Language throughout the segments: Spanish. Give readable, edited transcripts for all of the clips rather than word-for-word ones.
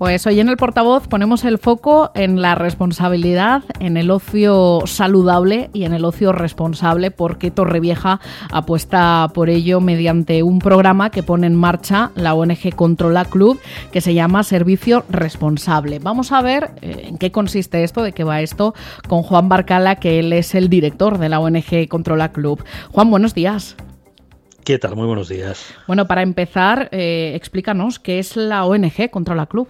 Pues hoy en El Portavoz ponemos el foco en la responsabilidad, en el ocio saludable y en el ocio responsable, porque Torrevieja apuesta por ello mediante un programa que pone en marcha la ONG Controla Club, que se llama Servicio Responsable. Vamos a ver en qué consiste esto, de qué va esto, con Juan Barcala, que él es el director de la ONG Controla Club. Juan, buenos días. ¿Qué tal? Muy buenos días. Bueno, para empezar, explícanos qué es la ONG Controla Club.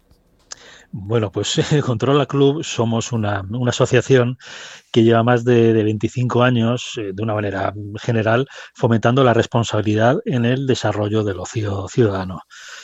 Bueno, pues Controla Club somos una asociación que lleva más de 25 años, de una manera general, fomentando la responsabilidad en el desarrollo del ocio ciudadano.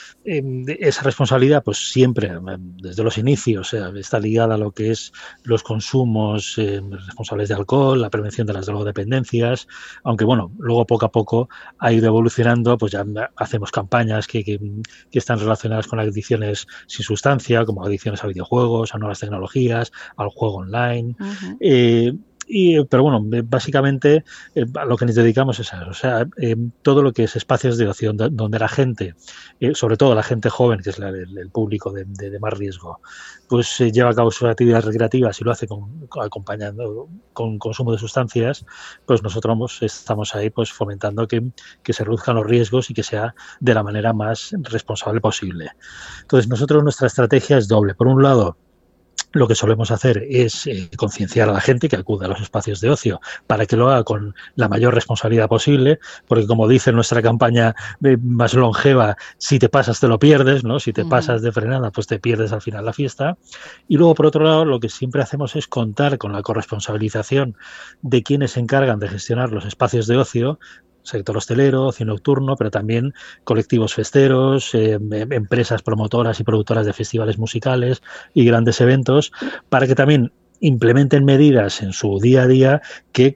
Esa responsabilidad, pues siempre, desde los inicios, está ligada a lo que es los consumos responsables de alcohol, la prevención de las drogodependencias, aunque bueno, luego poco a poco ha ido evolucionando, pues ya hacemos campañas que están relacionadas con adicciones sin sustancia, como adicciones a videojuegos, a nuevas tecnologías, al juego online. Uh-huh. Pero bueno, básicamente a lo que nos dedicamos es a eso, o sea, todo lo que es espacios de ocio donde la gente, sobre todo la gente joven, que es el público de más riesgo, pues lleva a cabo sus actividades recreativas y lo hace acompañando con consumo de sustancias, pues nosotros estamos ahí pues fomentando que se reduzcan los riesgos y que sea de la manera más responsable posible. Entonces nuestra estrategia es doble. Por un lado, lo que solemos hacer es concienciar a la gente que acude a los espacios de ocio para que lo haga con la mayor responsabilidad posible, porque como dice nuestra campaña más longeva, si te pasas te lo pierdes, ¿no? Si te pasas de frenada, pues te pierdes al final la fiesta. Y luego, por otro lado, lo que siempre hacemos es contar con la corresponsabilización de quienes se encargan de gestionar los espacios de ocio, sector hostelero, ocio nocturno, pero también colectivos festeros, empresas promotoras y productoras de festivales musicales y grandes eventos, para que también implementen medidas en su día a día que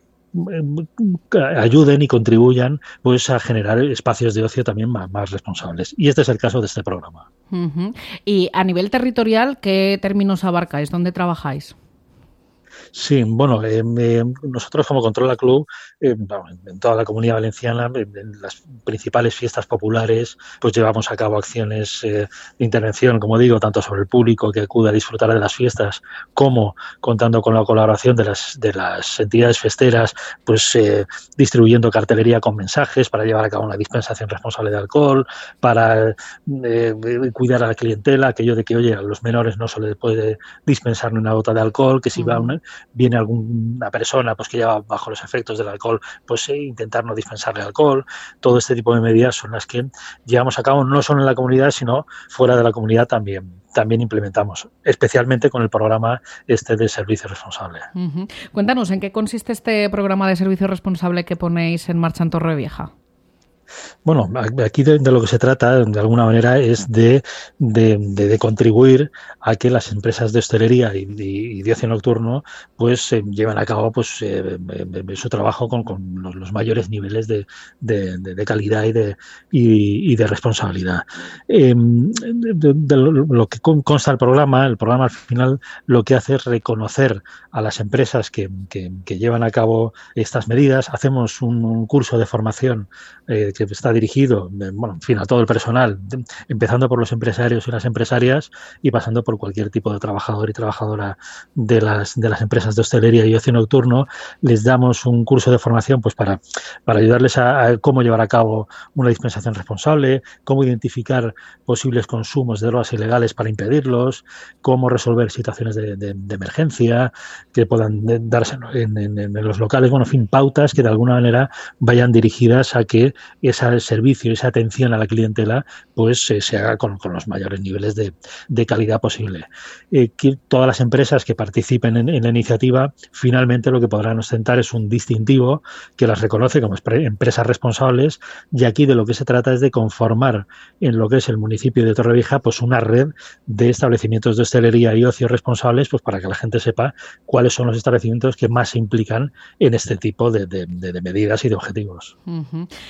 ayuden y contribuyan pues a generar espacios de ocio también más responsables. Y este es el caso de este programa. Uh-huh. Y a nivel territorial, ¿qué términos abarcáis? ¿Dónde trabajáis? Sí, bueno, nosotros como Controla Club, en toda la Comunidad Valenciana, en las principales fiestas populares, pues llevamos a cabo acciones de intervención, como digo, tanto sobre el público que acude a disfrutar de las fiestas, como contando con la colaboración de las entidades festeras, pues distribuyendo cartelería con mensajes para llevar a cabo una dispensación responsable de alcohol, para cuidar a la clientela, aquello de que, oye, a los menores no se les puede dispensar ni una gota de alcohol, que si viene alguna persona pues que lleva bajo los efectos del alcohol, pues intentar no dispensarle alcohol. Todo este tipo de medidas son las que llevamos a cabo no solo en la comunidad, sino fuera de la comunidad también implementamos, especialmente con el programa de servicio responsable. Uh-huh. Cuéntanos, ¿en qué consiste este programa de servicio responsable que ponéis en marcha en Torrevieja? Bueno, aquí de lo que se trata, de alguna manera, es de contribuir a que las empresas de hostelería y de ocio nocturno pues lleven a cabo pues su trabajo con los mayores niveles de calidad y de responsabilidad. De lo que consta el programa al final lo que hace es reconocer a las empresas que llevan a cabo estas medidas. Hacemos un curso de formación que está dirigido, a todo el personal, empezando por los empresarios y las empresarias y pasando por cualquier tipo de trabajador y trabajadora de las empresas de hostelería y ocio nocturno. Les damos un curso de formación pues para ayudarles a cómo llevar a cabo una dispensación responsable, cómo identificar posibles consumos de drogas ilegales para impedirlos, cómo resolver situaciones de emergencia que puedan darse en los locales, pautas que de alguna manera vayan dirigidas a que ese servicio, esa atención a la clientela, pues se haga con los mayores niveles de calidad posible. Que todas las empresas que participen en la iniciativa, finalmente lo que podrán ostentar es un distintivo que las reconoce como empresas responsables, y aquí de lo que se trata es de conformar en lo que es el municipio de Torrevieja pues una red de establecimientos de hostelería y ocio responsables, pues para que la gente sepa cuáles son los establecimientos que más se implican en este tipo de medidas y de objetivos. Uh-huh.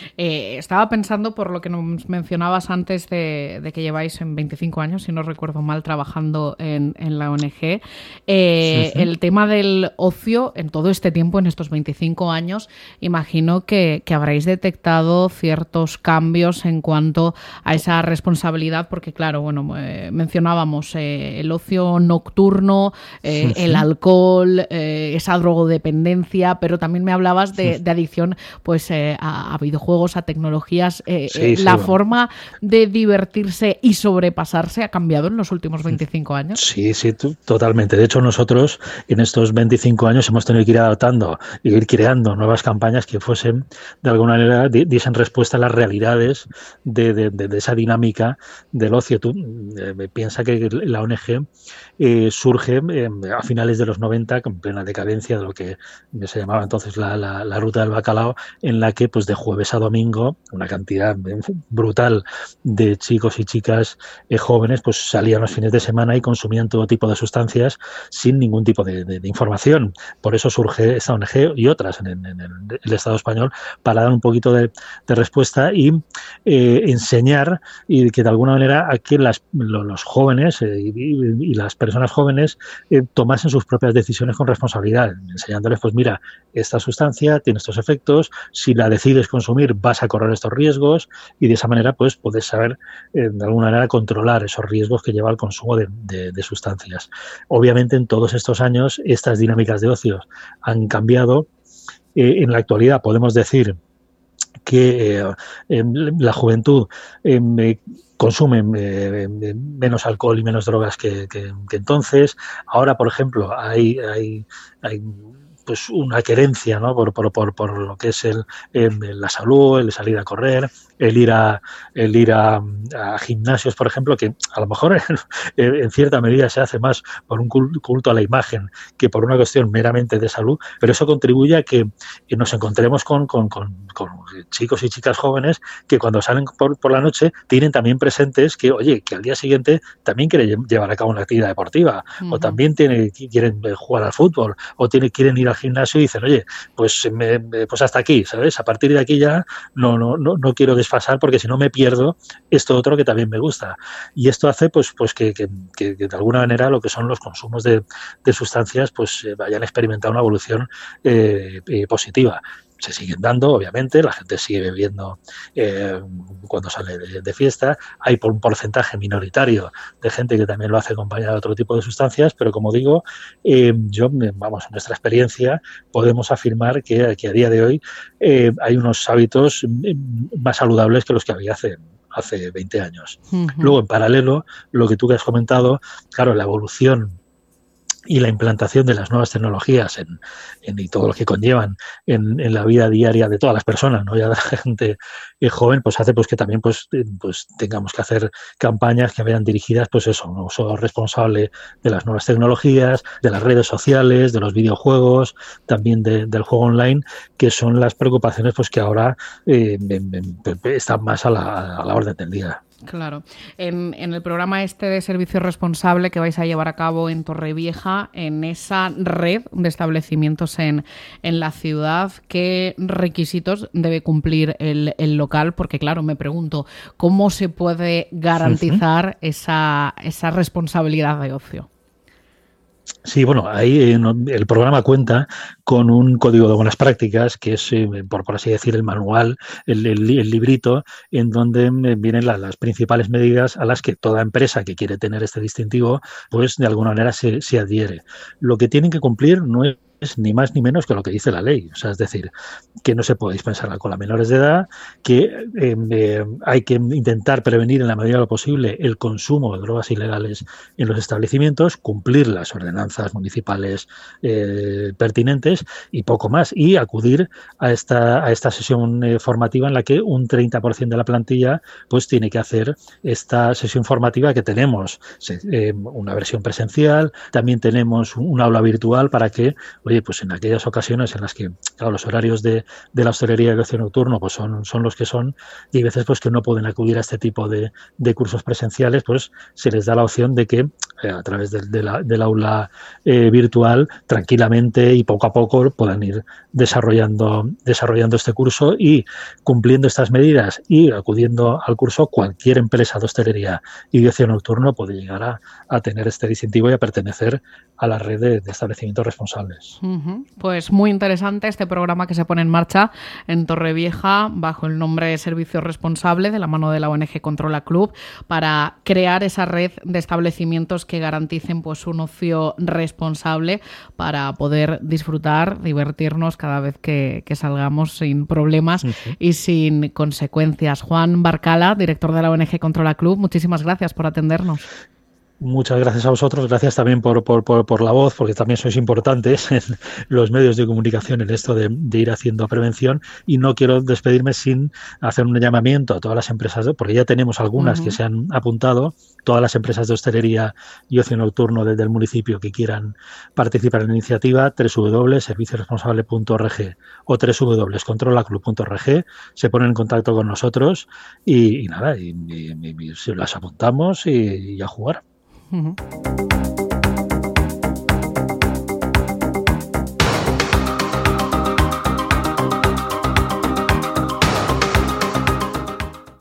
Estaba pensando por lo que nos mencionabas antes de que lleváis en 25 años, si no recuerdo mal, trabajando en la ONG. El tema del ocio en todo este tiempo, en estos 25 años, imagino que habréis detectado ciertos cambios en cuanto a esa responsabilidad, porque claro, bueno, mencionábamos el ocio nocturno, el alcohol, esa drogodependencia, pero también me hablabas de adicción pues a videojuegos, a tecnologías. ¿La forma de divertirse y sobrepasarse ha cambiado en los últimos 25 años? Sí, totalmente. De hecho, nosotros en estos 25 años hemos tenido que ir adaptando y ir creando nuevas campañas que fuesen, de alguna manera, diesen respuesta a las realidades de esa dinámica del ocio. Tú piensa que la ONG surge a finales de los 90, en plena decadencia de lo que se llamaba entonces la ruta del bacalao, en la que pues de jueves a domingo una cantidad brutal de chicos y chicas jóvenes pues salían los fines de semana y consumían todo tipo de sustancias sin ningún tipo de información. Por eso surge esta ONG y otras en el Estado español para dar un poquito de respuesta y enseñar y que de alguna manera a que los jóvenes y las personas jóvenes tomasen sus propias decisiones con responsabilidad, enseñándoles pues mira, esta sustancia tiene estos efectos, si la decides consumir vas a correr estos riesgos y de esa manera pues puedes saber de alguna manera controlar esos riesgos que lleva el consumo de sustancias. Obviamente en todos estos años estas dinámicas de ocio han cambiado. En la actualidad podemos decir que la juventud consume menos alcohol y menos drogas que entonces. Ahora, por ejemplo, hay pues una querencia, ¿no? por lo que es la salud, el salir a correr, el ir a gimnasios, por ejemplo, que a lo mejor en cierta medida se hace más por un culto a la imagen que por una cuestión meramente de salud, pero eso contribuye a que nos encontremos con chicos y chicas jóvenes que cuando salen por la noche tienen también presentes que, oye, que al día siguiente también quieren llevar a cabo una actividad deportiva, o también quieren jugar al fútbol, o quieren ir al gimnasio y dicen, oye, pues hasta aquí, ¿sabes? A partir de aquí ya no quiero desfasar porque si no me pierdo esto otro que también me gusta. Y esto hace pues que de alguna manera lo que son los consumos de sustancias pues vayan a experimentar una evolución positiva. Se siguen dando, obviamente, la gente sigue bebiendo cuando sale de fiesta. Hay un porcentaje minoritario de gente que también lo hace acompañado de otro tipo de sustancias, pero como digo, en nuestra experiencia podemos afirmar que a día de hoy hay unos hábitos más saludables que los que había hace 20 años. Uh-huh. Luego, en paralelo, lo que tú has comentado, claro, la evolución y la implantación de las nuevas tecnologías y todo lo que conllevan en la vida diaria de todas las personas, no ya de la gente joven, pues hace pues que también pues tengamos que hacer campañas que vayan dirigidas pues eso, un uso responsable de las nuevas tecnologías, de las redes sociales, de los videojuegos, también del juego online, que son las preocupaciones pues que ahora están más a la orden del día. Claro. En el programa de servicio responsable que vais a llevar a cabo en Torrevieja, en esa red de establecimientos en la ciudad, ¿qué requisitos debe cumplir el local? Porque, claro, me pregunto, ¿cómo se puede garantizar esa responsabilidad de ocio? Sí, bueno, ahí el programa cuenta con un código de buenas prácticas que es, por así decir, el manual, el librito, en donde vienen las principales medidas a las que toda empresa que quiere tener este distintivo, pues de alguna manera se adhiere. Lo que tienen que cumplir no es ni más ni menos que lo que dice la ley. O sea, es decir, que no se puede dispensar alcohol a menores de edad, que hay que intentar prevenir en la medida de lo posible el consumo de drogas ilegales en los establecimientos, cumplir las ordenanzas municipales pertinentes y poco más. Y acudir a esta sesión formativa en la que un 30% de la plantilla pues tiene que hacer esta sesión formativa que tenemos. Una versión presencial, también tenemos un aula virtual para que oye, pues en aquellas ocasiones en las que, claro, los horarios de la hostelería y el ocio nocturno pues son los que son, y hay veces pues que no pueden acudir a este tipo de cursos presenciales, pues se les da la opción de que a través del aula virtual tranquilamente y poco a poco puedan ir desarrollando este curso, y cumpliendo estas medidas y acudiendo al curso, cualquier empresa de hostelería y de ocio nocturno puede llegar a tener este distintivo y a pertenecer a la red de establecimientos responsables. Pues muy interesante este programa que se pone en marcha en Torrevieja bajo el nombre de Servicio Responsable, de la mano de la ONG Controla Club, para crear esa red de establecimientos que garanticen pues un ocio responsable para poder disfrutar, divertirnos cada vez que salgamos sin problemas y sin consecuencias. Juan Barcala, director de la ONG Controla Club, muchísimas gracias por atendernos. Muchas gracias a vosotros, gracias también por la voz, porque también sois importantes en los medios de comunicación en esto de ir haciendo prevención, y no quiero despedirme sin hacer un llamamiento a todas las empresas, porque ya tenemos algunas que se han apuntado, todas las empresas de hostelería y ocio nocturno desde el municipio que quieran participar en la iniciativa, www.servicioresponsable.org o www.controlaclub.org, se ponen en contacto con nosotros y nada, y las apuntamos y a jugar.